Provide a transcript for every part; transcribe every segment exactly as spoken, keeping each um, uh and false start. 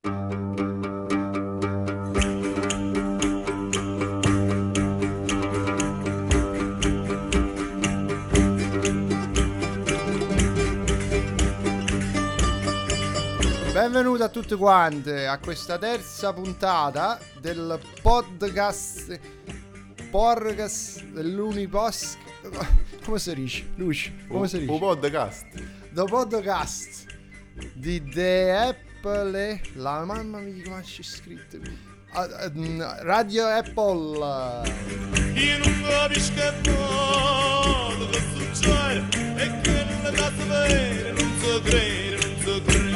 Benvenuti a tutti quanti a questa terza puntata del podcast Podcast dell'Unipost. Come si dice? Luci, come si dice? Un podcast. The podcast di The Apple. La mamma mia, come c'è scritto? Radio Apple. Io non capisco che modo che succede e che non la da sapere, non so credere, non so credere.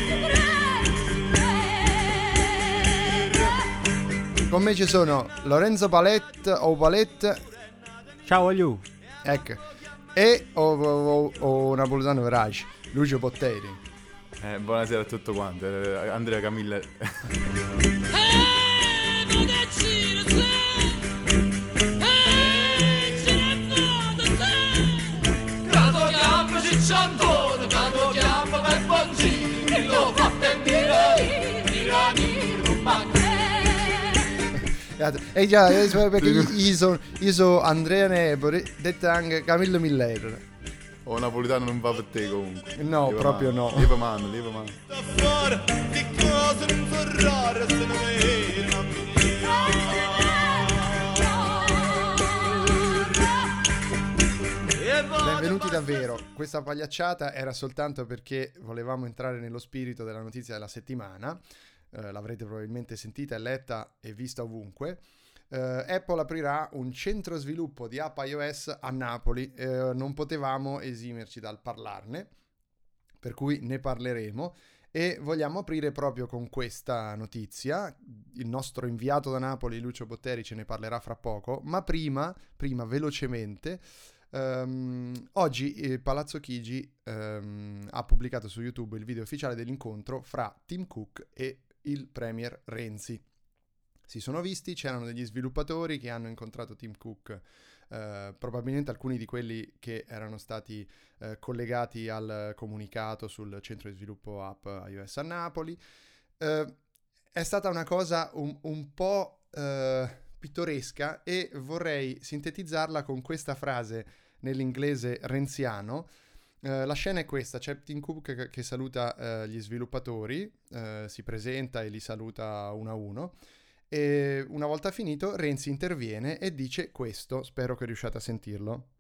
Con me ci sono Lorenzo Palette o Palette. Ciao a you. Ecco. E o, o, o napoletano verace, Lucio Botteri. Eh, buonasera a tutti quanti. eh, Andrea Camille. E già, perché io sono, io sono Andrea Nebori, detto anche Camillo Miller. O napoletano non va per te comunque. No, Lieva proprio mano. no. Lieva mano, lieva mano. Che cosa non so rare se non è una Benvenuti davvero. Questa pagliacciata era soltanto perché volevamo entrare nello spirito della notizia della settimana. Uh, l'avrete probabilmente sentita e letta e vista ovunque. uh, Apple aprirà un centro sviluppo di app iOS a Napoli. Uh, non potevamo esimerci dal parlarne, per cui ne parleremo e vogliamo aprire proprio con questa notizia. Il nostro inviato da Napoli, Lucio Botteri, ce ne parlerà fra poco, ma prima, prima velocemente, um, oggi il Palazzo Chigi um, ha pubblicato su YouTube il video ufficiale dell'incontro fra Tim Cook e il premier Renzi. Si sono visti, c'erano degli sviluppatori che hanno incontrato Tim Cook, eh, probabilmente alcuni di quelli che erano stati eh, collegati al comunicato sul centro di sviluppo app iOS a Napoli. Eh, è stata una cosa un, un po' eh, pittoresca e vorrei sintetizzarla con questa frase nell'inglese renziano. Uh, la scena è questa: c'è Tim Cook che, che saluta uh, gli sviluppatori, uh, si presenta e li saluta uno a uno, e una volta finito Renzi interviene e dice questo, spero che riusciate a sentirlo.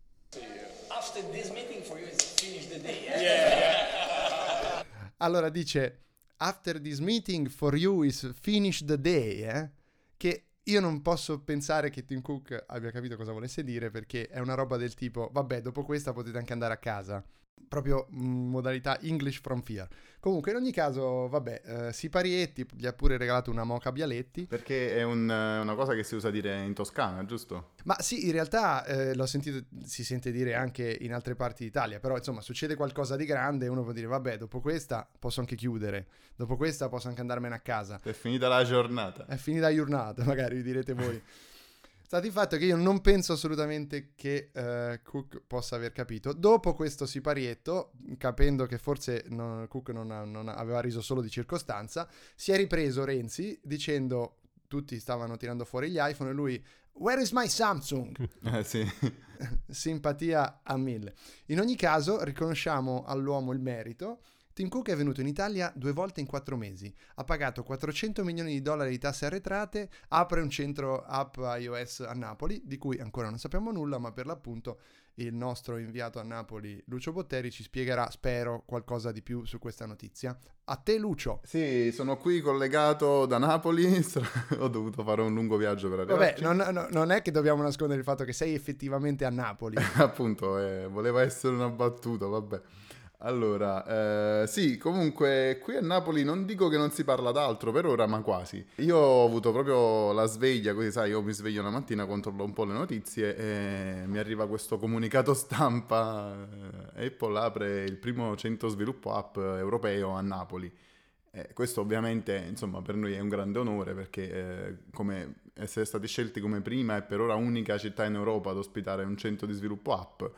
After this meeting for you is finished the day. Eh? Yeah, yeah. Allora dice after this meeting for you is finished the day, eh? Che io non posso pensare che Tim Cook abbia capito cosa volesse dire, perché è una roba del tipo vabbè, dopo questa potete anche andare a casa, proprio mh, modalità English from fear. Comunque in ogni caso vabbè, eh, Siparietti gli ha pure regalato una moca Bialetti, Perché è un, una cosa che si usa dire in Toscana, giusto? ma sì, in realtà eh, l'ho sentito, si sente dire anche in altre parti d'Italia, però insomma succede qualcosa di grande e uno può dire vabbè, dopo questa posso anche chiudere, dopo questa posso anche andarmene a casa, È finita la giornata. è finita la giornata, magari vi direte voi. Sta di fatto che io non penso assolutamente che uh, Cook possa aver capito. Dopo questo siparietto, capendo che forse no, Cook non, ha, non aveva riso solo di circostanza, si è ripreso Renzi dicendo, tutti stavano tirando fuori gli iPhone e lui "Where is my Samsung?" Eh sì. Simpatia a mille. In ogni caso riconosciamo all'uomo il merito. Tim Cook è venuto in Italia due volte in quattro mesi, ha pagato quattrocento milioni di dollari di tasse arretrate, apre un centro app iOS a Napoli, di cui ancora non sappiamo nulla, ma per l'appunto il nostro inviato a Napoli, Lucio Botteri, ci spiegherà, spero, qualcosa di più su questa notizia. A te, Lucio. Sì, sono qui collegato da Napoli, ho dovuto fare un lungo viaggio per arrivarci. Vabbè, non, no, non è che dobbiamo nascondere il fatto che sei effettivamente a Napoli. Appunto, eh, voleva essere una battuta, vabbè. Allora, eh, sì, comunque qui a Napoli non dico che non si parla d'altro per ora, ma quasi. Io ho avuto proprio la sveglia, così sai, io mi sveglio una mattina, controllo un po' le notizie e mi arriva questo comunicato stampa, eh, Apple apre il primo centro sviluppo app europeo a Napoli. Eh, questo ovviamente, insomma, per noi è un grande onore perché eh, come essere stati scelti come prima e per ora unica città in Europa ad ospitare un centro di sviluppo app,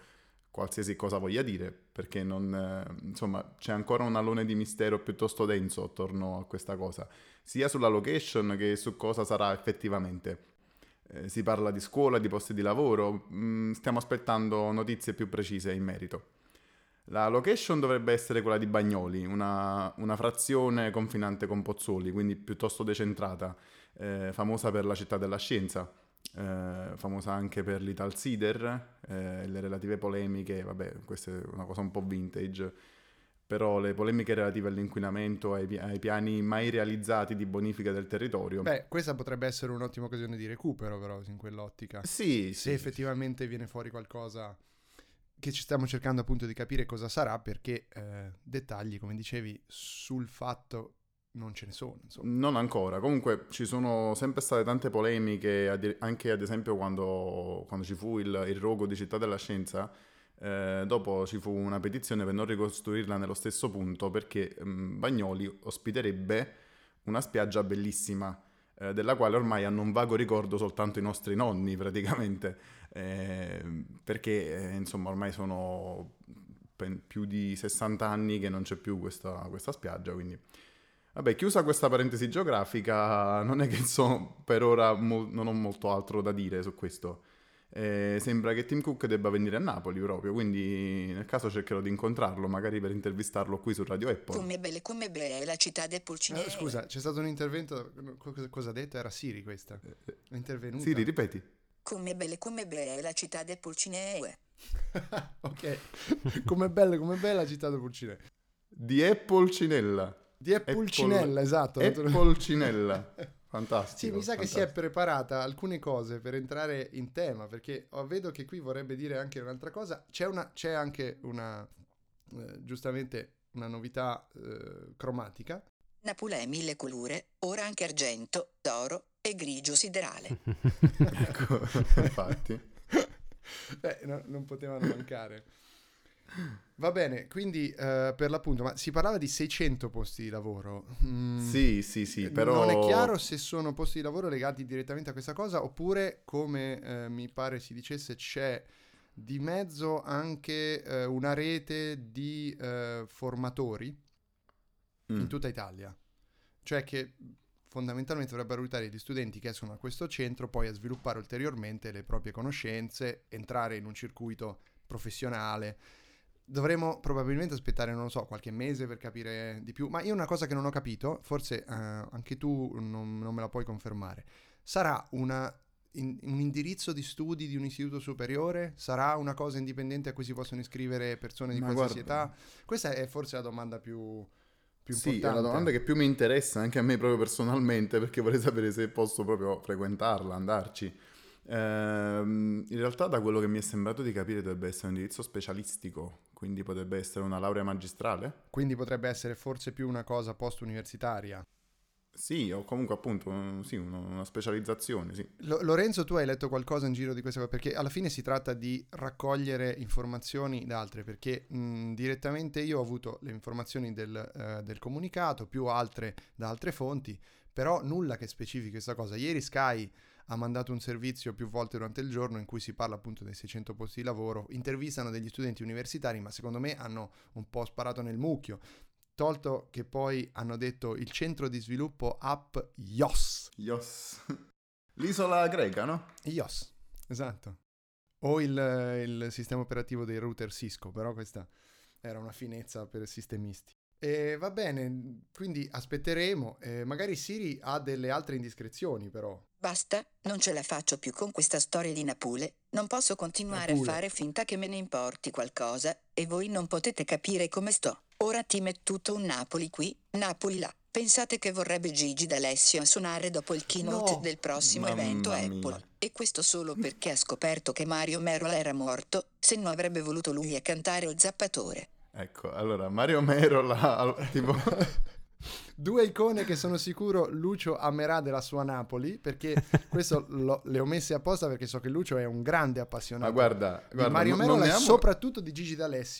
qualsiasi cosa voglia dire, perché non, eh, insomma, c'è ancora un alone di mistero piuttosto denso attorno a questa cosa, sia sulla location che su cosa sarà effettivamente. Eh, si parla di scuola, di posti di lavoro, mm, stiamo aspettando notizie più precise in merito. La location dovrebbe essere quella di Bagnoli, una, una frazione confinante con Pozzuoli, quindi piuttosto decentrata, eh, famosa per la città della scienza, eh, famosa anche per l'Italsider, eh, le relative polemiche, vabbè, questa è una cosa un po' vintage, però le polemiche relative all'inquinamento, ai, pi- ai piani mai realizzati di bonifica del territorio. Beh, questa potrebbe essere un'ottima occasione di recupero, però, in quell'ottica. Sì, Se sì, effettivamente viene fuori qualcosa che ci stiamo cercando appunto di capire cosa sarà, perché eh, dettagli, come dicevi, sul fatto non ce ne sono, insomma. Non ancora, comunque ci sono sempre state tante polemiche, ad- anche ad esempio quando, quando ci fu il, il rogo di Città della Scienza, eh, dopo ci fu una petizione per non ricostruirla nello stesso punto, perché mh, Bagnoli ospiterebbe una spiaggia bellissima, eh, della quale ormai hanno un vago ricordo soltanto i nostri nonni praticamente, eh, perché eh, insomma ormai sono pen- più di sessanta anni che non c'è più questa, questa spiaggia, quindi... Vabbè, chiusa questa parentesi geografica, non è che insomma, per ora mo- non ho molto altro da dire su questo. Eh, sembra che Tim Cook debba venire a Napoli proprio, quindi nel caso cercherò di incontrarlo, magari per intervistarlo qui su Radio Apple. Come belle, come belle è la città del Pulcinella. Eh, scusa, c'è stato un intervento, co- cosa ha detto? Era Siri questa? È intervenuta? Siri, ripeti. Come belle, come belle è la città del Pulcinella. Ok, come bella, come bella città del Pulcinella. Di Apple Cinella. Di Pulcinella, esatto. Apple Cinella. Fantastico. Sì, mi sa che si è preparata alcune cose per entrare in tema, perché oh, vedo che qui vorrebbe dire anche un'altra cosa. C'è, una, c'è anche una, eh, giustamente, una novità eh, cromatica. Napoli è mille colore, ora anche argento, d'oro e grigio siderale. Ecco, infatti. Beh, no, non potevano mancare. Va bene, quindi uh, per l'appunto, ma si parlava di seicento posti di lavoro. Mm, sì, sì, sì, però... Non è chiaro se sono posti di lavoro legati direttamente a questa cosa, oppure, come eh, mi pare si dicesse, c'è di mezzo anche eh, una rete di eh, formatori mm. in tutta Italia. Cioè che fondamentalmente dovrebbero aiutare gli studenti che escono a questo centro poi a sviluppare ulteriormente le proprie conoscenze, entrare in un circuito professionale. Dovremo probabilmente aspettare, non lo so, qualche mese per capire di più. Ma io una cosa che non ho capito, forse eh, anche tu non, non me la puoi confermare, sarà una, in, un indirizzo di studi di un istituto superiore? Sarà una cosa indipendente a cui si possono iscrivere persone di Ma qualsiasi guarda, età? Questa è forse la domanda più, più sì, importante. è la domanda che più mi interessa anche a me proprio personalmente, perché vorrei sapere se posso proprio frequentarla, andarci. Ehm, in realtà da quello che mi è sembrato di capire dovrebbe essere un indirizzo specialistico, quindi potrebbe essere una laurea magistrale? Quindi potrebbe essere forse più una cosa post-universitaria. Sì, o comunque appunto un- sì, uno- una specializzazione, sì. Lo- Lorenzo, tu hai letto qualcosa in giro di questa cosa? Perché alla fine si tratta di raccogliere informazioni da altre, perché mh, direttamente io ho avuto le informazioni del, eh, del comunicato, più altre da altre fonti, però nulla che specifichi questa cosa. Ieri Sky ha mandato un servizio più volte durante il giorno in cui si parla appunto dei seicento posti di lavoro, intervistano degli studenti universitari, ma secondo me hanno un po' sparato nel mucchio, tolto che poi hanno detto il centro di sviluppo app I O S. Ios. L'isola greca, no? I O S, esatto. O il, il sistema operativo dei router Cisco, però questa era una finezza per sistemisti. E va bene, quindi aspetteremo. Eh, magari Siri ha delle altre indiscrezioni, però. Basta, non ce la faccio più con questa storia di Napule. Non posso continuare Napule. a fare finta che me ne importi qualcosa, e voi non potete capire come sto. Ora ti metto tutto un Napoli qui, Napoli là. Pensate che vorrebbe Gigi D'Alessio a suonare dopo il keynote No. del prossimo Mamma evento mia. Apple. E questo solo perché ha scoperto che Mario Merol era morto, se no avrebbe voluto lui a cantare o Zappatore. Ecco, allora Mario Mero la, tipo... Due icone che sono sicuro Lucio amerà della sua Napoli, perché questo lo- le ho messe apposta perché so che Lucio è un grande appassionato Ma guarda, di guarda, Mario non- Merola e nominiamo- soprattutto di Gigi D'Alessio.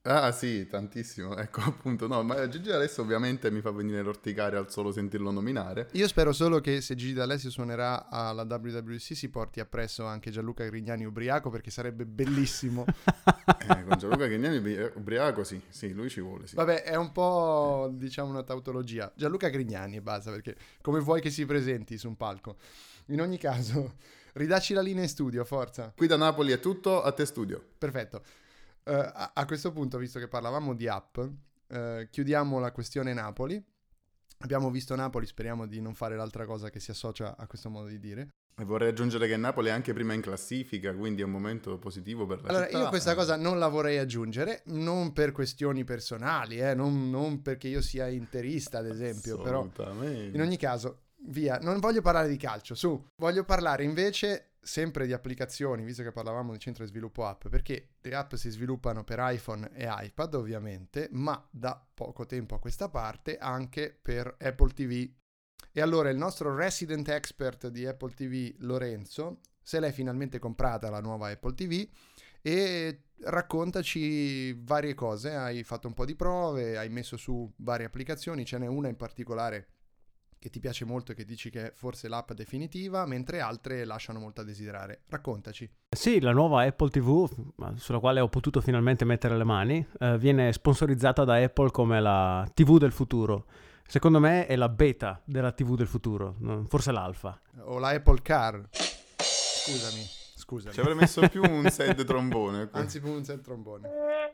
Ah sì, tantissimo, ecco appunto, no, ma Gigi D'Alessio ovviamente mi fa venire l'orticaria al solo sentirlo nominare. Io spero solo che se Gigi D'Alessio suonerà alla W W D C si porti appresso anche Gianluca Grignani ubriaco, perché sarebbe bellissimo. Eh, con Gianluca Grignani ubri- ubriaco sì, sì, lui ci vuole, sì. Vabbè, è un po', diciamo, una tautologia. Gianluca Grignani e basta, perché come vuoi che si presenti su un palco. In ogni caso, ridacci la linea in studio, forza. Qui da Napoli è tutto, a te studio. Perfetto. Uh, a, a questo punto, visto che parlavamo di app, uh, chiudiamo la questione Napoli. Abbiamo visto Napoli, speriamo di non fare l'altra cosa che si associa a questo modo di dire. E vorrei aggiungere che Napoli è anche prima in classifica, quindi è un momento positivo per la Allora, città. io questa cosa non la vorrei aggiungere, non per questioni personali, eh, non, non perché io sia interista, ad esempio, però in ogni caso, via, non voglio parlare di calcio, su, voglio parlare invece sempre di applicazioni, visto che parlavamo di centro di sviluppo app, perché le app si sviluppano per iPhone e iPad ovviamente, ma da poco tempo a questa parte anche per Apple T V. E allora il nostro resident expert di Apple T V, Lorenzo, se l'è finalmente comprata la nuova Apple T V e raccontaci varie cose. Hai fatto un po' di prove, hai messo su varie applicazioni, ce n'è una in particolare che ti piace molto e che dici che è forse l'app definitiva, mentre altre lasciano molto a desiderare. Raccontaci. Sì, la nuova Apple T V, sulla quale ho potuto finalmente mettere le mani, eh, viene sponsorizzata da Apple come la T V del futuro. Secondo me è la beta della T V del futuro, forse l'alfa. O la Apple Car. Scusami, scusami. Ci avrei messo più un set trombone. Anzi, più un set trombone.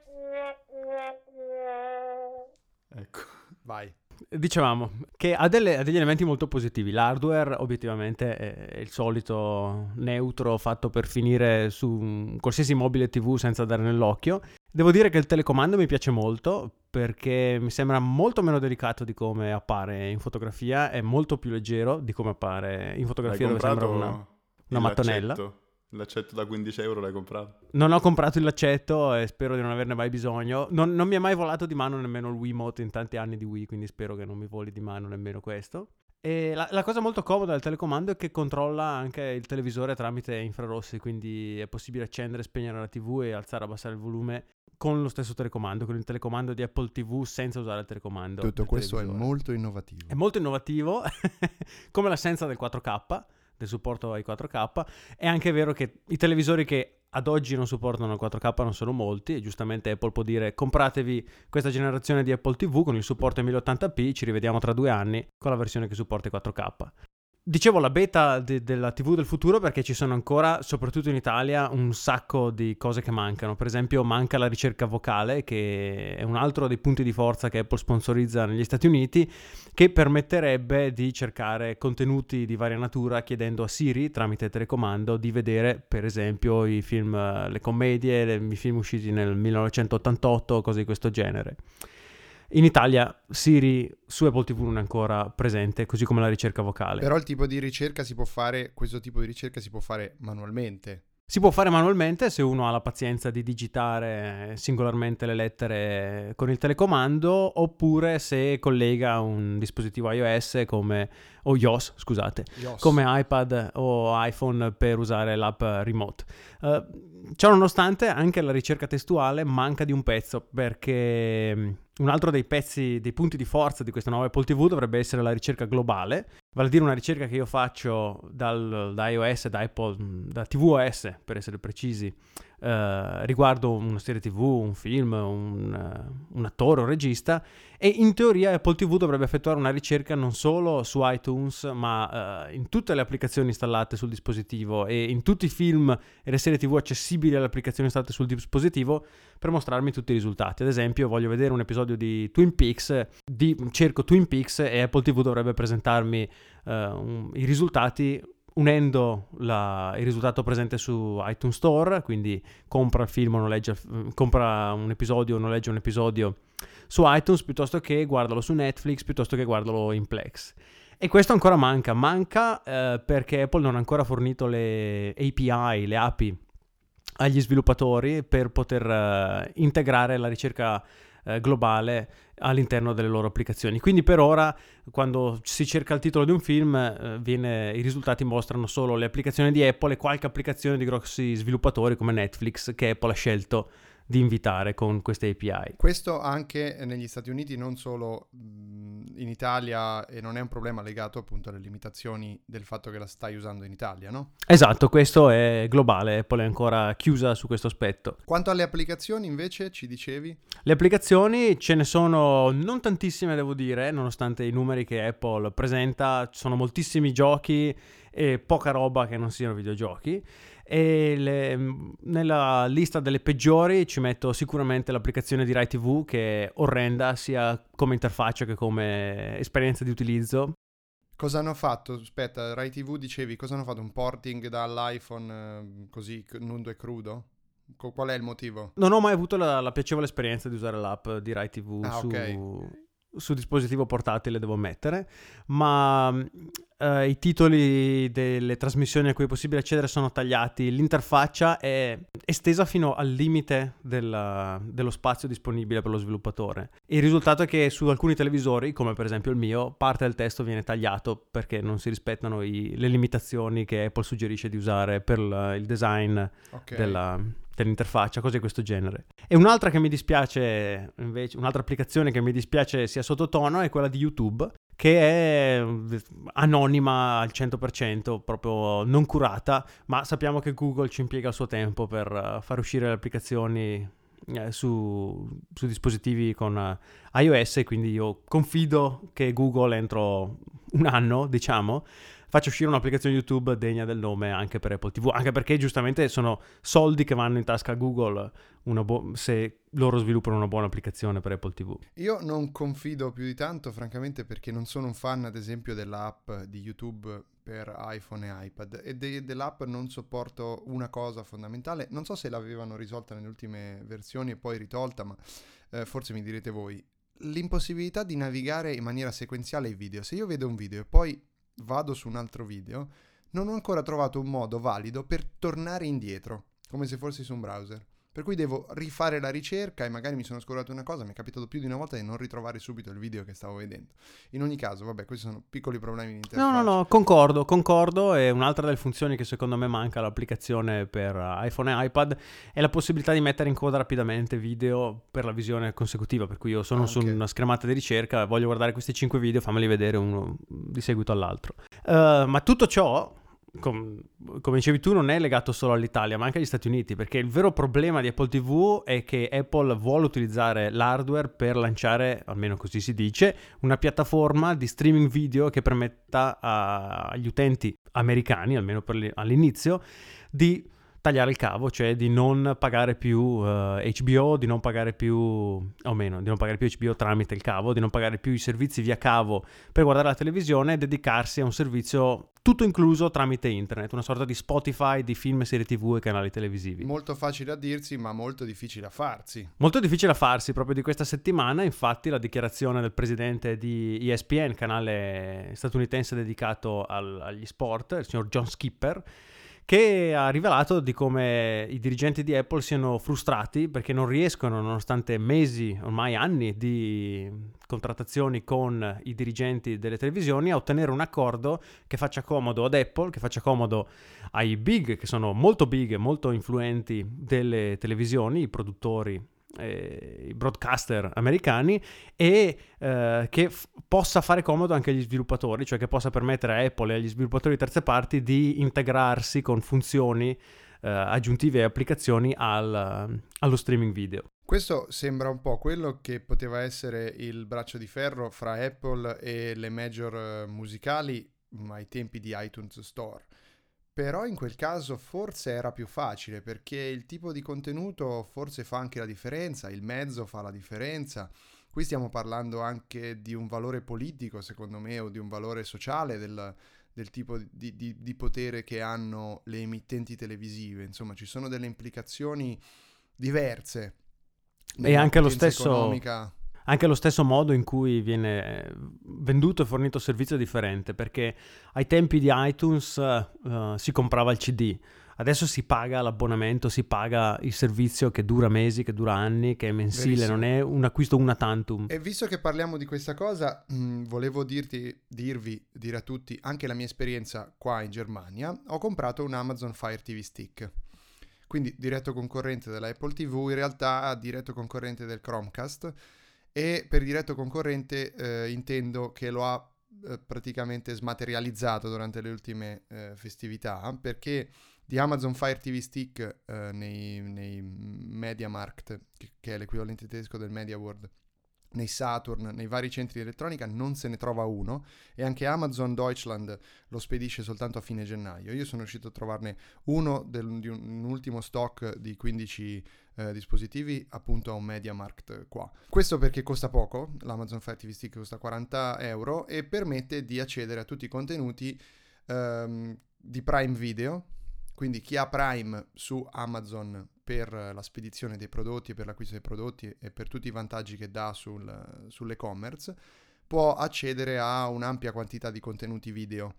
Ecco. Vai. Dicevamo che ha, delle, ha degli elementi molto positivi. L'hardware obiettivamente è il solito neutro fatto per finire su un qualsiasi mobile T V senza dare nell'occhio. Devo dire che il telecomando mi piace molto perché mi sembra molto meno delicato di come appare in fotografia, è molto più leggero di come appare in fotografia, dove sembra una, una mattonella. L'accetto. L'accetto da quindici euro l'hai comprato? Non ho comprato il laccetto e spero di non averne mai bisogno. Non, non mi è mai volato di mano nemmeno il Wiimote in tanti anni di Wii, quindi spero che non mi voli di mano nemmeno questo. E la, la cosa molto comoda del telecomando è che controlla anche il televisore tramite infrarossi, quindi è possibile accendere e spegnere la T V e alzare e abbassare il volume con lo stesso telecomando, con il telecomando di Apple T V senza usare il telecomando. Tutto questo è molto innovativo. È molto innovativo, come l'assenza del quattro K, del supporto ai quattro K. È anche vero che i televisori che ad oggi non supportano il quattro K non sono molti, e giustamente Apple può dire: compratevi questa generazione di Apple T V con il supporto ai mille ottanta p, ci rivediamo tra due anni con la versione che supporta i quattro K. Dicevo la beta de- della T V del futuro perché ci sono ancora, soprattutto in Italia, un sacco di cose che mancano. Per esempio manca la ricerca vocale, che è un altro dei punti di forza che Apple sponsorizza negli Stati Uniti, che permetterebbe di cercare contenuti di varia natura chiedendo a Siri, tramite telecomando, di vedere per esempio i film, le commedie, le, i film usciti nel millenovecentottantotto, cose di questo genere. In Italia Siri su Apple T V non è ancora presente, così come la ricerca vocale. Però il tipo di ricerca si può fare, questo tipo di ricerca si può fare manualmente. Si può fare manualmente se uno ha la pazienza di digitare singolarmente le lettere con il telecomando, oppure se collega un dispositivo iOS come o iOS, scusate, iOS. come iPad o iPhone per usare l'app remote. Uh, ciò nonostante, anche la ricerca testuale manca di un pezzo, perché un altro dei pezzi, dei punti di forza di questa nuova Apple T V dovrebbe essere la ricerca globale, vale a dire una ricerca che io faccio dal, da iOS, da Apple, da tvOS per essere precisi, eh, riguardo una serie T V, un film, un, un attore, un regista, e in teoria Apple T V dovrebbe effettuare una ricerca non solo su iTunes, ma eh, in tutte le applicazioni installate sul dispositivo e in tutti i film e le serie T V accessibili alle applicazioni installate sul dispositivo, per mostrarmi tutti i risultati. Ad esempio, voglio vedere un episodio di Twin Peaks, di, cerco Twin Peaks e Apple T V dovrebbe presentarmi uh, un, i risultati unendo la, il risultato presente su iTunes Store, quindi compra il film o noleggia, compra un episodio o noleggia un episodio su iTunes, piuttosto che guardalo su Netflix, piuttosto che guardalo in Plex. E questo ancora manca, manca eh, perché Apple non ha ancora fornito le A P I, le A P I agli sviluppatori per poter uh, integrare la ricerca uh, globale all'interno delle loro applicazioni. Quindi per ora, quando si cerca il titolo di un film, uh, viene, i risultati mostrano solo le applicazioni di Apple e qualche applicazione di grossi sviluppatori come Netflix, che Apple ha scelto di invitare con queste A P I. Questo anche negli Stati Uniti, non solo mh, in Italia, e non è un problema legato appunto alle limitazioni del fatto che la stai usando in Italia, no? Esatto, questo è globale, Apple è ancora chiusa su questo aspetto. Quanto alle applicazioni invece, ci dicevi? Le applicazioni ce ne sono non tantissime, devo dire, nonostante i numeri che Apple presenta, ci sono moltissimi giochi e poca roba che non siano videogiochi. E le, nella lista delle peggiori ci metto sicuramente l'applicazione di Rai ti vu, che è orrenda sia come interfaccia che come esperienza di utilizzo. Cosa hanno fatto? Aspetta, Rai ti vu dicevi, cosa hanno fatto? Un porting dall'iPhone eh, così c- nudo e crudo? Co- qual è il motivo? Non ho mai avuto la, la piacevole esperienza di usare l'app di Rai ti vu Ah, su, ok. su dispositivo portatile, devo ammettere, ma eh, i titoli delle trasmissioni a cui è possibile accedere sono tagliati, l'interfaccia è estesa fino al limite della- dello spazio disponibile per lo sviluppatore. Il risultato è che su alcuni televisori, come per esempio il mio, parte del testo viene tagliato perché non si rispettano i- le limitazioni che Apple suggerisce di usare per il, il design Ok. della, dell'interfaccia, cose di questo genere. E un'altra che mi dispiace, invece, un'altra applicazione che mi dispiace sia sottotono è quella di YouTube, che è anonima al cento per cento, proprio non curata, ma sappiamo che Google ci impiega il suo tempo per uh, far uscire le applicazioni eh, su, su dispositivi con uh, iOS, e quindi io confido che Google entro un anno, diciamo, faccia uscire un'applicazione YouTube degna del nome anche per Apple ti vu, anche perché giustamente sono soldi che vanno in tasca a Google una bu- se loro sviluppano una buona applicazione per Apple ti vu. Io non confido più di tanto, francamente, perché non sono un fan, ad esempio, dell'app di YouTube per iPhone e iPad, e de- dell'app non sopporto una cosa fondamentale. Non so se l'avevano risolta nelle ultime versioni e poi ritolta, ma eh, forse mi direte voi. L'impossibilità di navigare in maniera sequenziale i video. Se io vedo un video e poi vado su un altro video, non ho ancora trovato un modo valido per tornare indietro, come se fossi su un browser. Per cui devo rifare la ricerca e magari mi sono scordato una cosa, mi è capitato più di una volta di non ritrovare subito il video che stavo vedendo. In ogni caso, vabbè, questi sono piccoli problemi di interfaccia. No, no, no, concordo, concordo. E un'altra delle funzioni che secondo me manca all'applicazione per iPhone e iPad è la possibilità di mettere in coda rapidamente video per la visione consecutiva. Per cui io sono Anche. su una schermata di ricerca, voglio guardare questi cinque video, fammeli vedere uno di seguito all'altro. Uh, ma tutto ciò, Com- come dicevi tu, non è legato solo all'Italia ma anche agli Stati Uniti, perché il vero problema di Apple ti vu è che Apple vuole utilizzare l'hardware per lanciare, almeno così si dice, una piattaforma di streaming video che permetta a- agli utenti americani, almeno per li- all'inizio, di tagliare il cavo, cioè di non pagare più uh, H B O, di non pagare più, o meno, di non pagare più H B O tramite il cavo, di non pagare più i servizi via cavo per guardare la televisione e dedicarsi a un servizio tutto incluso tramite internet, una sorta di Spotify di film, serie tv e canali televisivi. Molto facile a dirsi, ma molto difficile a farsi. Molto difficile da farsi. Proprio di questa settimana, infatti, la dichiarazione del presidente di E S P N, canale statunitense dedicato al, agli sport, il signor John Skipper, che ha rivelato di come i dirigenti di Apple siano frustrati perché non riescono, nonostante mesi, ormai anni di contrattazioni con i dirigenti delle televisioni, a ottenere un accordo che faccia comodo ad Apple, che faccia comodo ai big, che sono molto big e molto influenti delle televisioni, i produttori, eh, i broadcaster americani, e eh, che f- possa fare comodo anche agli sviluppatori, cioè che possa permettere a Apple e agli sviluppatori di terze parti di integrarsi con funzioni eh, aggiuntive e applicazioni al, allo streaming video. Questo sembra un po' quello che poteva essere il braccio di ferro fra Apple e le major eh, musicali ai tempi di iTunes Store. Però in quel caso forse era più facile, perché il tipo di contenuto forse fa anche la differenza, il mezzo fa la differenza. Qui stiamo parlando anche di un valore politico, secondo me, o di un valore sociale del, del tipo di, di, di potere che hanno le emittenti televisive. Insomma, ci sono delle implicazioni diverse. E anche lo stesso... economica. Anche lo stesso modo in cui viene venduto e fornito servizio è differente, perché ai tempi di iTunes uh, si comprava il C D, adesso si paga l'abbonamento, si paga il servizio che dura mesi, che dura anni, che è mensile, Verissimo. non è un acquisto una tantum. E visto che parliamo di questa cosa, mh, volevo dirti, dirvi, dire a tutti anche la mia esperienza qua in Germania. Ho comprato un Amazon Fire T V Stick. quindi diretto concorrente della Apple ti vu, in realtà diretto concorrente del Chromecast, e per diretto concorrente eh, intendo che lo ha eh, praticamente smaterializzato durante le ultime eh, festività, perché di Amazon Fire ti vu Stick eh, nei, nei MediaMarkt, che, che è l'equivalente tedesco del MediaWorld, nei Saturn, nei vari centri di elettronica non se ne trova uno, e anche Amazon Deutschland lo spedisce soltanto a fine gennaio. Io sono riuscito a trovarne uno del, di un, un ultimo stock di quindici eh, dispositivi appunto a un MediaMarkt qua. Questo perché costa poco, l'Amazon Fire ti vu Stick costa quaranta euro e permette di accedere a tutti i contenuti ehm, di Prime Video. Quindi chi ha Prime su Amazon per la spedizione dei prodotti e per l'acquisto dei prodotti e per tutti i vantaggi che dà sul, sull'e-commerce può accedere a un'ampia quantità di contenuti video,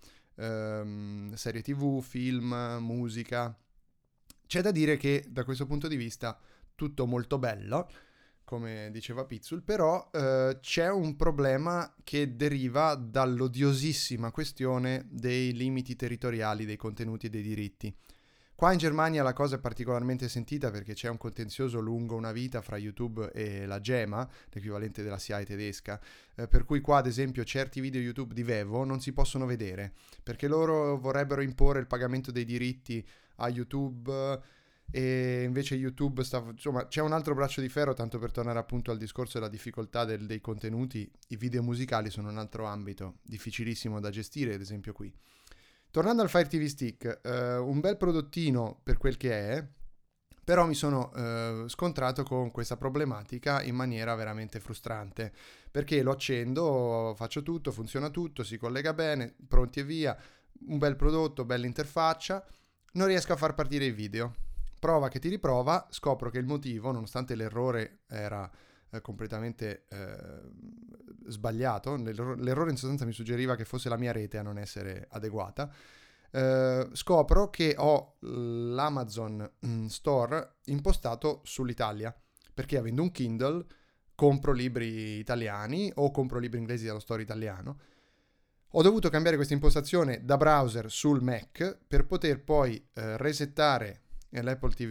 ehm, serie tv, film, musica. C'è da dire che da questo punto di vista tutto molto bello, come diceva Pizzul, però eh, c'è un problema che deriva dall'odiosissima questione dei limiti territoriali dei contenuti e dei diritti. Qua in Germania la cosa è particolarmente sentita perché c'è un contenzioso lungo una vita fra YouTube e la GEMA, l'equivalente della S I A E tedesca, eh, per cui qua ad esempio certi video YouTube di Vevo non si possono vedere, perché loro vorrebbero imporre il pagamento dei diritti a YouTube, e invece YouTube sta, insomma c'è un altro braccio di ferro, tanto per tornare appunto al discorso della difficoltà del, dei contenuti. I video musicali sono un altro ambito difficilissimo da gestire, ad esempio qui. Tornando al Fire ti vu Stick, eh, un bel prodottino per quel che è, però mi sono eh, scontrato con questa problematica in maniera veramente frustrante, perché lo accendo, faccio tutto, funziona tutto, si collega bene, pronti e via, un bel prodotto, bella interfaccia, non riesco a far partire i video. Prova che ti riprova, scopro che il motivo, nonostante l'errore era eh, completamente eh, sbagliato, l'errore, l'errore in sostanza mi suggeriva che fosse la mia rete a non essere adeguata, eh, scopro che ho l'Amazon Store impostato sull'Italia, perché avendo un Kindle compro libri italiani o compro libri inglesi dallo store italiano. Ho dovuto cambiare questa impostazione da browser sul Mac per poter poi eh, resettare l'Apple ti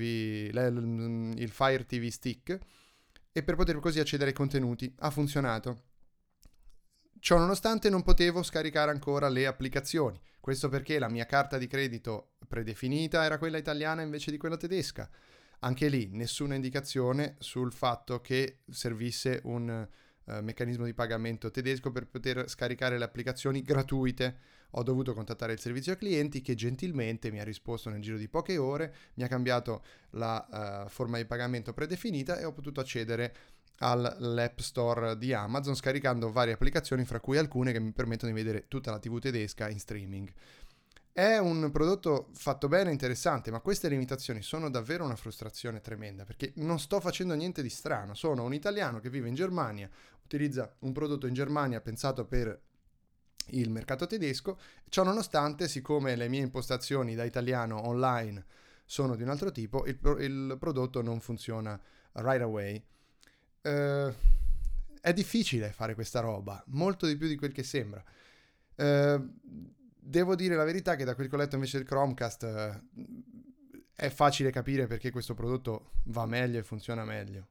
vu, il Fire ti vu Stick, e per poter così accedere ai contenuti. Ha funzionato. Ciò nonostante non potevo scaricare ancora le applicazioni, questo perché la mia carta di credito predefinita era quella italiana invece di quella tedesca. Anche lì nessuna indicazione sul fatto che servisse un uh, meccanismo di pagamento tedesco per poter scaricare le applicazioni gratuite. Ho dovuto contattare il servizio clienti che gentilmente mi ha risposto nel giro di poche ore, mi ha cambiato la uh, forma di pagamento predefinita e ho potuto accedere all'App Store di Amazon scaricando varie applicazioni, fra cui alcune che mi permettono di vedere tutta la tivù tedesca in streaming. È un prodotto fatto bene, interessante, ma queste limitazioni sono davvero una frustrazione tremenda, perché non sto facendo niente di strano. Sono un italiano che vive in Germania, utilizza un prodotto in Germania pensato per il mercato tedesco. Ciò nonostante, siccome le mie impostazioni da italiano online sono di un altro tipo, il, pro- il prodotto non funziona right away. Uh, è difficile fare questa roba, molto di più di quel che sembra. Uh, devo dire la verità che da quel che ho letto invece del Chromecast uh, è facile capire perché questo prodotto va meglio e funziona meglio.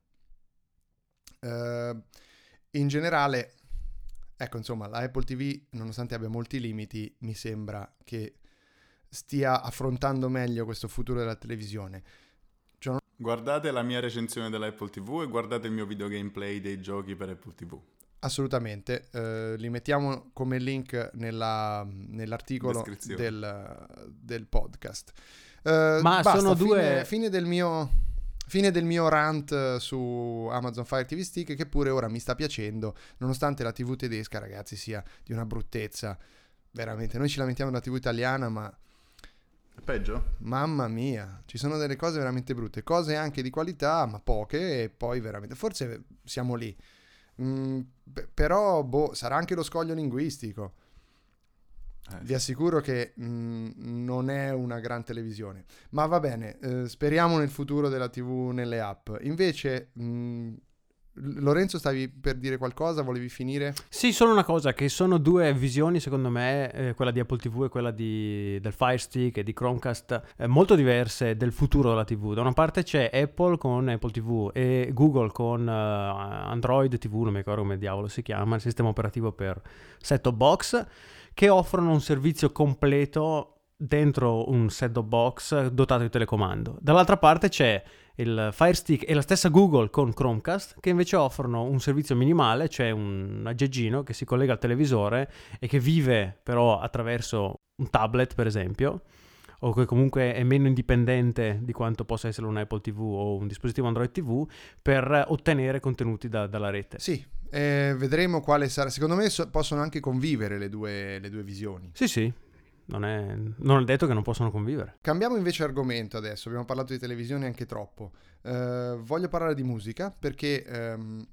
Uh, in generale, ecco, insomma, la Apple ti vu, nonostante abbia molti limiti, mi sembra che stia affrontando meglio questo futuro della televisione. Cioè, guardate la mia recensione dell'Apple ti vu e guardate il mio video gameplay dei giochi per Apple ti vu. Assolutamente, eh, li mettiamo come link nella, nell'articolo del, del podcast. Eh, Ma basta, sono fine, due... Fine del mio... Fine del mio rant su Amazon Fire ti vu Stick, che pure ora mi sta piacendo, nonostante la tivù tedesca, ragazzi, sia di una bruttezza. Veramente, noi ci lamentiamo della tivù italiana, ma... È peggio? Mamma mia, ci sono delle cose veramente brutte, cose anche di qualità, ma poche, e poi veramente... Forse siamo lì. Mm, p- però, boh, sarà anche lo scoglio linguistico. Eh, Vi assicuro che mh, non è una gran televisione, ma va bene, eh, speriamo nel futuro della tivù nelle app. Invece, mh, Lorenzo, stavi per dire qualcosa? Volevi finire? Sì, solo una cosa, che sono due visioni secondo me, eh, quella di Apple ti vu e quella di, del Fire Stick e di Chromecast, eh, molto diverse del futuro della tivù. Da una parte c'è Apple con Apple ti vu e Google con uh, Android ti vu, non mi ricordo come diavolo si chiama, il sistema operativo per set-top box, che offrono un servizio completo dentro un set-top box dotato di telecomando. Dall'altra parte c'è il Fire Stick e la stessa Google con Chromecast, che invece offrono un servizio minimale, cioè un aggeggino che si collega al televisore e che vive però attraverso un tablet, per esempio, o che comunque è meno indipendente di quanto possa essere un Apple ti vu o un dispositivo Android ti vu, per ottenere contenuti da, dalla rete. Sì, eh, vedremo quale sarà. Secondo me so- possono anche convivere le due, le due visioni. Sì, sì. Non è, non è detto che non possono convivere. Cambiamo invece argomento adesso, abbiamo parlato di televisione anche troppo. Uh, voglio parlare di musica perché um,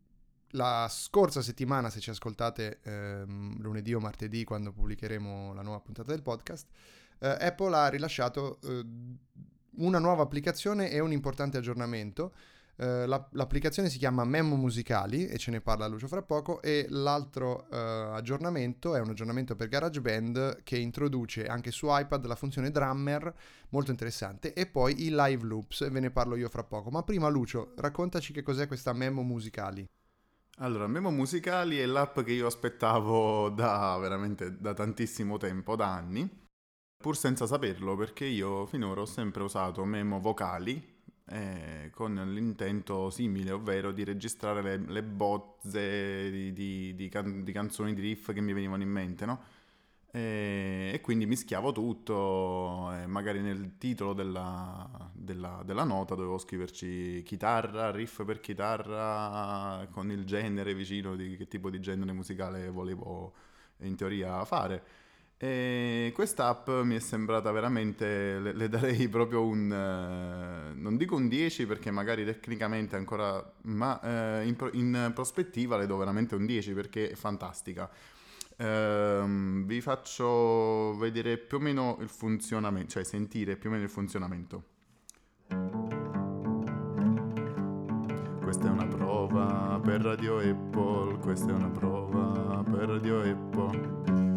la scorsa settimana, se ci ascoltate um, lunedì o martedì quando pubblicheremo la nuova puntata del podcast, uh, Apple ha rilasciato uh, una nuova applicazione e un importante aggiornamento. Uh, la, l'applicazione si chiama Memo Musicali e ce ne parla Lucio fra poco, e l'altro uh, aggiornamento è un aggiornamento per GarageBand che introduce anche su iPad la funzione Drummer, molto interessante, e poi i live loops, e ve ne parlo io fra poco. Ma prima, Lucio, raccontaci che cos'è questa Memo Musicali. Allora, Memo Musicali è l'app che io aspettavo da veramente da tantissimo tempo, da anni, pur senza saperlo, perché io finora ho sempre usato Memo Vocali, Eh, con l'intento simile, ovvero di registrare le, le bozze di, di, di, can, di canzoni, di riff che mi venivano in mente, no? E, e quindi mischiavo tutto, e magari nel titolo della, della, della nota dovevo scriverci chitarra, riff per chitarra, con il genere vicino di che tipo di genere musicale volevo in teoria fare. E quest'app mi è sembrata veramente, le, le darei proprio un, eh, non dico un dieci perché magari tecnicamente ancora, ma eh, in, in prospettiva le do veramente un dieci perché è fantastica. Ehm, vi faccio vedere più o meno il funzionamento, cioè sentire più o meno il funzionamento. Questa è una prova per Radio Apple, questa è una prova per Radio Apple.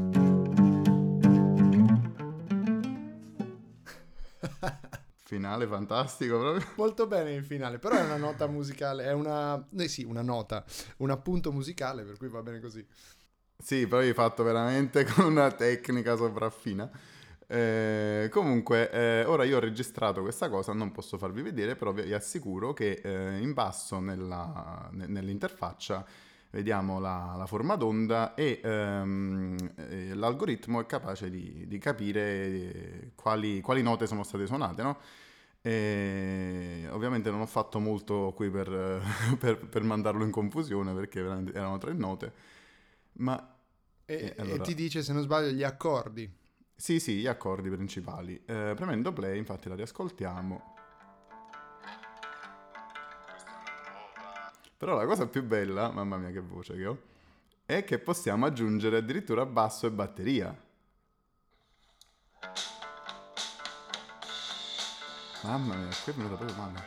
Finale fantastico proprio. Molto bene il finale, però è una nota musicale, è una eh sì, una nota, un appunto musicale, per cui va bene così. Sì, però hai fatto veramente con una tecnica sopraffina. Eh, comunque, eh, ora io ho registrato questa cosa, non posso farvi vedere, però vi assicuro che eh, in basso nella, ne, nell'interfaccia vediamo la, la forma d'onda e ehm, eh, l'algoritmo è capace di, di capire quali, quali note sono state suonate, no? E ovviamente non ho fatto molto qui per, per, per mandarlo in confusione perché veramente erano tre note, ma E, e allora, e ti dice, se non sbaglio, gli accordi. sì, sì, gli accordi principali. Eh, premendo play, infatti la riascoltiamo. Però la cosa più bella, mamma mia che voce che ho, è che possiamo aggiungere addirittura basso e batteria. Mamma mia, qui è venuta proprio male.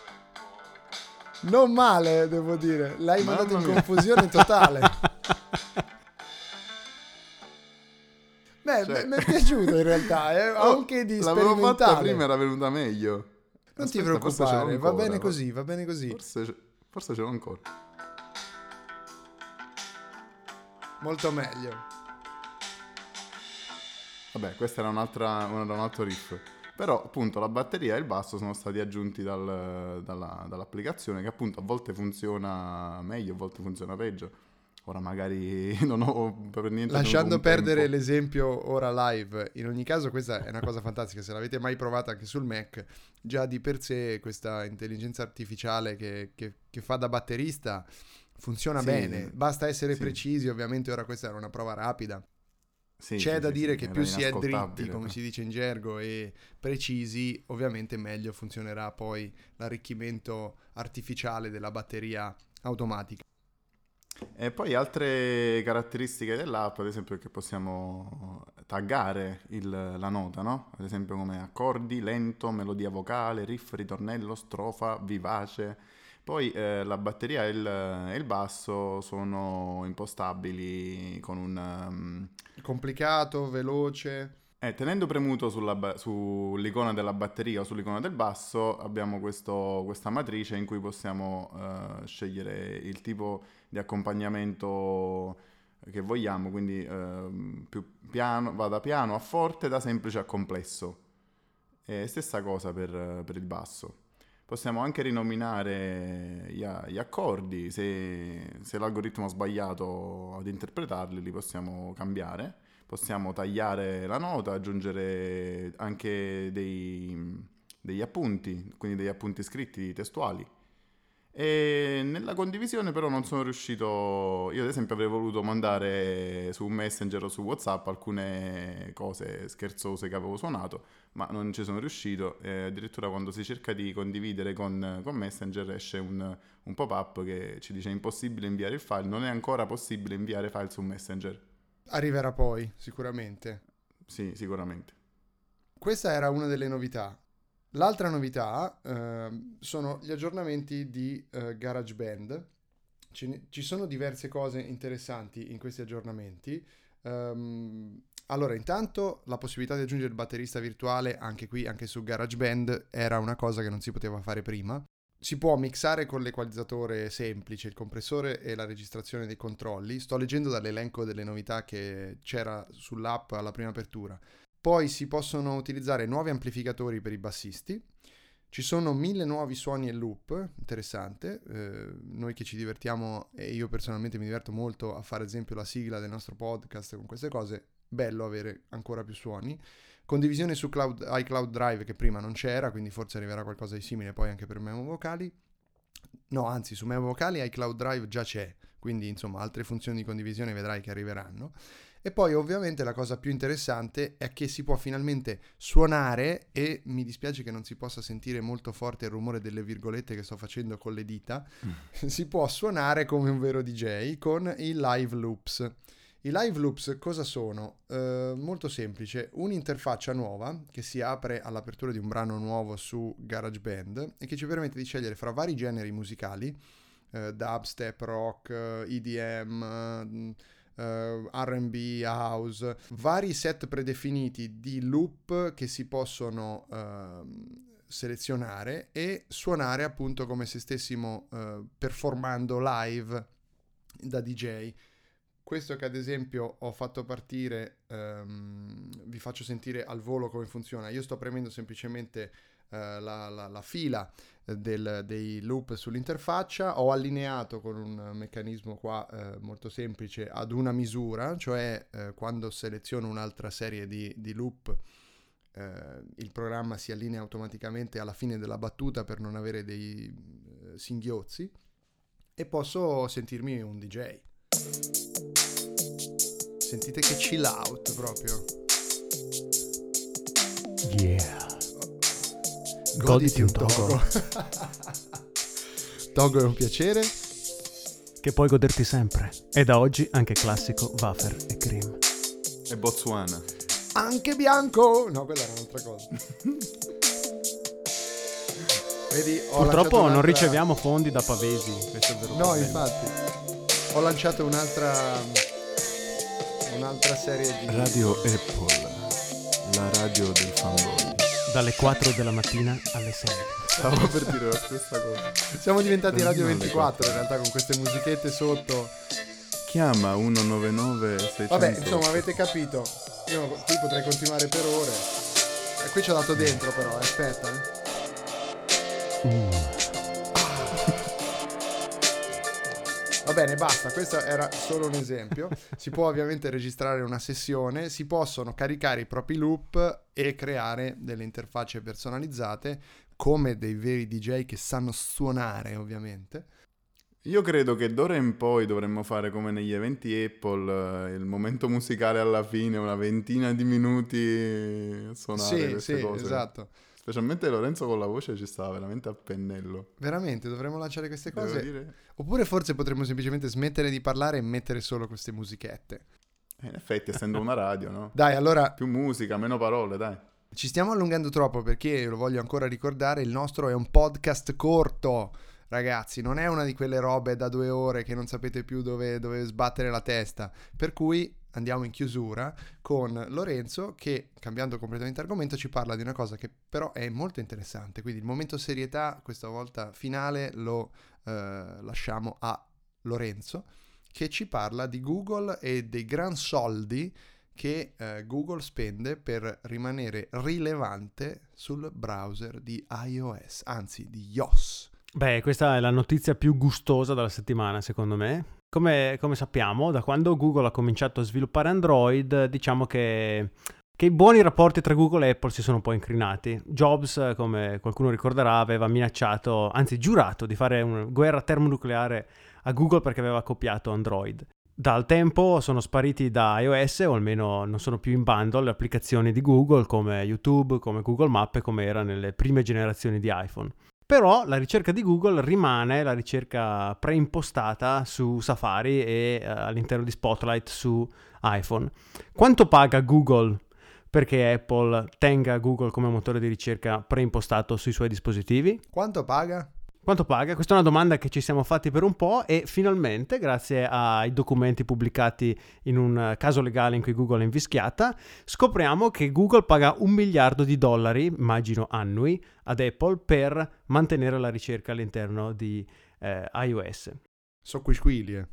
Non male, devo dire. L'hai Mamma mandato in mia. confusione totale. Beh, Cioè- mi è piaciuto in realtà, eh? Oh, Anche di l'avevo fatta sperimentale. prima, era venuta meglio. Non Aspetta, ti forse ce l'ho preoccupare, va ancora, bene va- così, va bene così. Forse, ce- forse ce l'ho ancora. Molto meglio. Vabbè, questo era un'altra, un, un altro riff. Però appunto la batteria e il basso sono stati aggiunti dal- dalla- dall'applicazione, che appunto a volte funziona meglio, a volte funziona peggio. Ora magari non ho per niente Lasciando tenuto un perdere tempo. l'esempio ora live, in ogni caso questa è una cosa fantastica, se l'avete mai provata anche sul Mac, già di per sé questa intelligenza artificiale che, che- che fa da batterista funziona Sì, bene, basta essere sì. precisi, ovviamente ora questa era una prova rapida. Sì, C'è sì, da sì, dire sì, che era più si è inascoltabile. dritti, come si dice in gergo, e precisi, ovviamente meglio funzionerà poi l'arricchimento artificiale della batteria automatica. E poi altre caratteristiche dell'app, ad esempio, è che possiamo taggare il- la nota, no? Ad esempio come accordi, lento, melodia vocale, riff, ritornello, strofa, vivace, Poi eh, la batteria e il, e il basso sono impostabili con un... Um, complicato, veloce. Eh, tenendo premuto sulla ba- sull'icona della batteria o sull'icona del basso abbiamo questo, questa matrice in cui possiamo uh, scegliere il tipo di accompagnamento che vogliamo, quindi uh, più piano, va da piano a forte, da semplice a complesso. E stessa cosa per, per il basso. Possiamo anche rinominare gli, gli accordi, se, se l'algoritmo ha sbagliato ad interpretarli li possiamo cambiare. Possiamo tagliare la nota, aggiungere anche dei, degli appunti, quindi degli appunti scritti testuali. E nella condivisione però non sono riuscito, io ad esempio avrei voluto mandare su Messenger o su WhatsApp alcune cose scherzose che avevo suonato, ma non ci sono riuscito. E addirittura quando si cerca di condividere con, con Messenger esce un, un pop-up che ci dice impossibile inviare il file, non è ancora possibile inviare file su Messenger. Arriverà poi, sicuramente. Sì, sicuramente. Questa era una delle novità. L'altra novità eh, sono gli aggiornamenti di eh, GarageBand. Ci, ci sono diverse cose interessanti in questi aggiornamenti. Um, allora, intanto la possibilità di aggiungere il batterista virtuale anche qui, anche su GarageBand, era una cosa che non si poteva fare prima. Si può mixare con l'equalizzatore semplice, il compressore e la registrazione dei controlli. Sto leggendo dall'elenco delle novità che c'era sull'app alla prima apertura. Poi si possono utilizzare nuovi amplificatori per i bassisti. Ci sono mille nuovi suoni e loop, interessante. Eh, noi che ci divertiamo, e io personalmente mi diverto molto a fare ad esempio la sigla del nostro podcast con queste cose, bello avere ancora più suoni. Condivisione su cloud, iCloud Drive che prima non c'era, quindi forse arriverà qualcosa di simile poi anche per Memo Vocali. No, anzi, su Memo Vocali iCloud Drive già c'è, quindi insomma altre funzioni di condivisione vedrai che arriveranno. E poi ovviamente la cosa più interessante è che si può finalmente suonare, e mi dispiace che non si possa sentire molto forte il rumore delle virgolette che sto facendo con le dita, mm. si può suonare come un vero D J con i live loops. I live loops cosa sono? Uh, molto semplice, un'interfaccia nuova che si apre all'apertura di un brano nuovo su GarageBand e che ci permette di scegliere fra vari generi musicali, uh, dubstep, rock, uh, E D M, uh, Uh, R and B, house, vari set predefiniti di loop che si possono uh, selezionare e suonare appunto come se stessimo uh, performando live da D J. Questo che ad esempio ho fatto partire, um, vi faccio sentire al volo come funziona. Io sto premendo semplicemente uh, la, la, la fila Del, dei loop sull'interfaccia, ho allineato con un meccanismo qua eh, molto semplice ad una misura, cioè eh, quando seleziono un'altra serie di, di loop eh, il programma si allinea automaticamente alla fine della battuta per non avere dei eh, singhiozzi, e posso sentirmi un D J. Sentite che chill out proprio. Yeah. Goditi un Togo. Togo è un piacere che puoi goderti sempre. E da oggi anche classico, wafer e cream. E Botswana. Anche bianco. No, quella era un'altra cosa. Vedi, ho purtroppo non un'altra... riceviamo fondi da Pavesi. Questo è il vero no, problema. infatti ho lanciato un'altra un'altra serie di Radio Apple, la radio del fanboy. Dalle quattro della mattina alle sei. Stavo per dire la stessa cosa. Siamo diventati Radio ventiquattro in realtà, con queste musichette sotto. Chiama uno nove nove sei zero zero. Vabbè, insomma, avete capito. Io qui potrei continuare per ore. E qui ci ho dato dentro però, eh. aspetta. Eh. Mm. Va bene, basta, questo era solo un esempio. Si può ovviamente registrare una sessione, si possono caricare i propri loop e creare delle interfacce personalizzate come dei veri D J che sanno suonare, ovviamente. Io credo che d'ora in poi dovremmo fare come negli eventi Apple, il momento musicale alla fine, una ventina di minuti a suonare sì, queste sì, cose. Esatto. Specialmente Lorenzo con la voce ci stava veramente a pennello. Veramente, dovremmo lanciare queste Devo cose. dire. Oppure forse potremmo semplicemente smettere di parlare e mettere solo queste musichette. Eh, in effetti, essendo una radio, no? Dai, allora, Più musica, meno parole, dai. ci stiamo allungando troppo perché, lo voglio ancora ricordare, il nostro è un podcast corto. ragazzi, non è una di quelle robe da due ore che non sapete più dove, dove sbattere la testa, per cui andiamo in chiusura con Lorenzo che, cambiando completamente argomento, ci parla di una cosa che però è molto interessante, quindi il momento serietà questa volta finale lo eh, lasciamo a Lorenzo, che ci parla di Google e dei gran soldi che eh, Google spende per rimanere rilevante sul browser di iOS, anzi di iOS. Beh, questa è la notizia più gustosa della settimana, secondo me. Come, come sappiamo, da quando Google ha cominciato a sviluppare Android, diciamo che, che i buoni rapporti tra Google e Apple si sono un po' incrinati. Jobs, come qualcuno ricorderà, aveva minacciato, anzi giurato, di fare una guerra termonucleare a Google perché aveva copiato Android. Dal tempo sono spariti da iOS, o almeno non sono più in bundle, le applicazioni di Google come YouTube, come Google Maps, come era nelle prime generazioni di iPhone. Però la ricerca di Google rimane la ricerca preimpostata su Safari e uh, all'interno di Spotlight su iPhone. Quanto paga Google perché Apple tenga Google come motore di ricerca preimpostato sui suoi dispositivi? Quanto paga? Quanto paga? Questa è una domanda che ci siamo fatti per un po' e finalmente, grazie ai documenti pubblicati in un caso legale in cui Google è invischiata, scopriamo che Google paga un miliardo di dollari, immagino annui, ad Apple per mantenere la ricerca all'interno di eh, iOS. So quisquili, eh.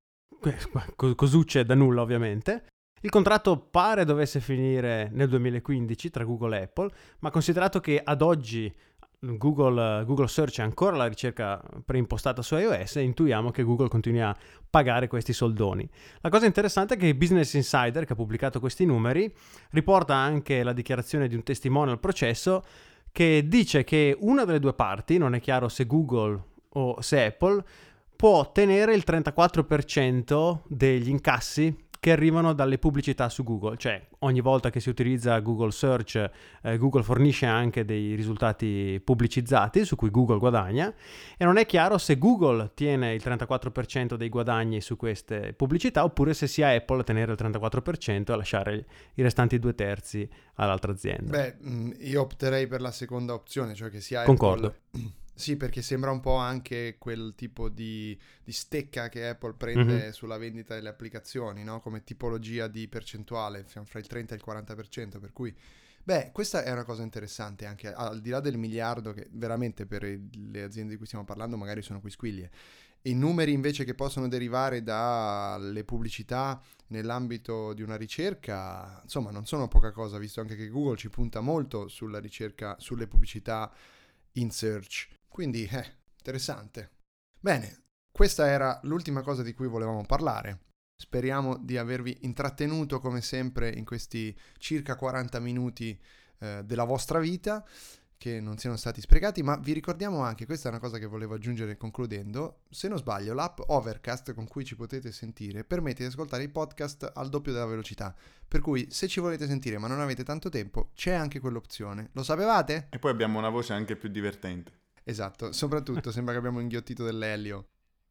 Cosucce da nulla, ovviamente. Il contratto pare dovesse finire nel duemilaquindici tra Google e Apple, ma considerato che ad oggi Google, Google Search è ancora la ricerca preimpostata su iOS, intuiamo che Google continui a pagare questi soldoni. La cosa interessante è che Business Insider, che ha pubblicato questi numeri, riporta anche la dichiarazione di un testimone al processo che dice che una delle due parti, non è chiaro se Google o se Apple, può ottenere il trentaquattro per cento degli incassi che arrivano dalle pubblicità su Google, cioè ogni volta che si utilizza Google Search, eh, Google fornisce anche dei risultati pubblicizzati su cui Google guadagna e non è chiaro se Google tiene il trentaquattro per cento dei guadagni su queste pubblicità oppure se sia Apple a tenere il trentaquattro per cento e lasciare i restanti due terzi all'altra azienda. Beh, io opterei per la seconda opzione, cioè che sia Concordo. Apple. Sì, perché sembra un po' anche quel tipo di, di stecca che Apple prende mm-hmm. sulla vendita delle applicazioni, no? Come tipologia di percentuale, fra il trenta e il quaranta per cento, per cui, beh, questa è una cosa interessante anche, al di là del miliardo, che veramente per le aziende di cui stiamo parlando magari sono quisquiglie. I numeri invece che possono derivare dalle pubblicità nell'ambito di una ricerca, insomma, non sono poca cosa, visto anche che Google ci punta molto sulla ricerca, sulle pubblicità in search. Quindi, eh, interessante. Bene, questa era l'ultima cosa di cui volevamo parlare. Speriamo di avervi intrattenuto come sempre in questi circa quaranta minuti eh, della vostra vita, che non siano stati sprecati, ma vi ricordiamo anche, questa è una cosa che volevo aggiungere concludendo, se non sbaglio l'app Overcast con cui ci potete sentire permette di ascoltare i podcast al doppio della velocità, per cui se ci volete sentire ma non avete tanto tempo c'è anche quell'opzione, lo sapevate? E poi abbiamo una voce anche più divertente. Esatto, soprattutto sembra che abbiamo inghiottito dell'elio.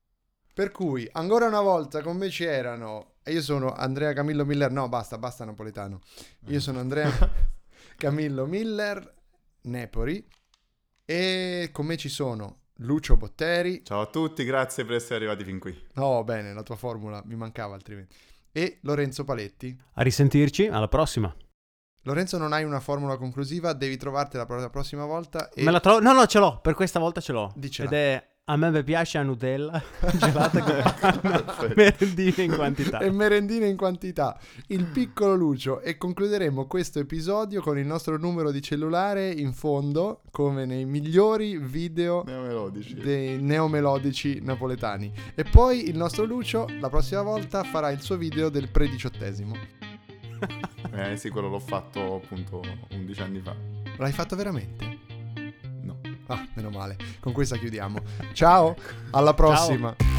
Per cui, ancora una volta con me c'erano, e io sono Andrea Camillo Miller, no basta, basta napoletano, io sono Andrea Camillo Miller, Nepori, e con me ci sono Lucio Botteri. Ciao a tutti, grazie per essere arrivati fin qui. Oh, bene, la tua formula mi mancava altrimenti. E Lorenzo Paletti. A risentirci, alla prossima. Lorenzo, non hai una formula conclusiva, devi trovartela la prossima volta. E... Me la trovo? No, no, ce l'ho, per questa volta ce l'ho. Dicela. Ed è a me mi piace la Nutella gelata con merendine in quantità. E merendine in quantità. Il piccolo Lucio. E concluderemo questo episodio con il nostro numero di cellulare in fondo, come nei migliori video neomelodici. dei neomelodici napoletani. E poi il nostro Lucio la prossima volta farà il suo video del prediciottesimo. Eh sì, quello l'ho fatto appunto undici anni fa. L'hai fatto veramente? No. Ah, meno male. Con questa chiudiamo. Ciao, alla prossima. Ciao.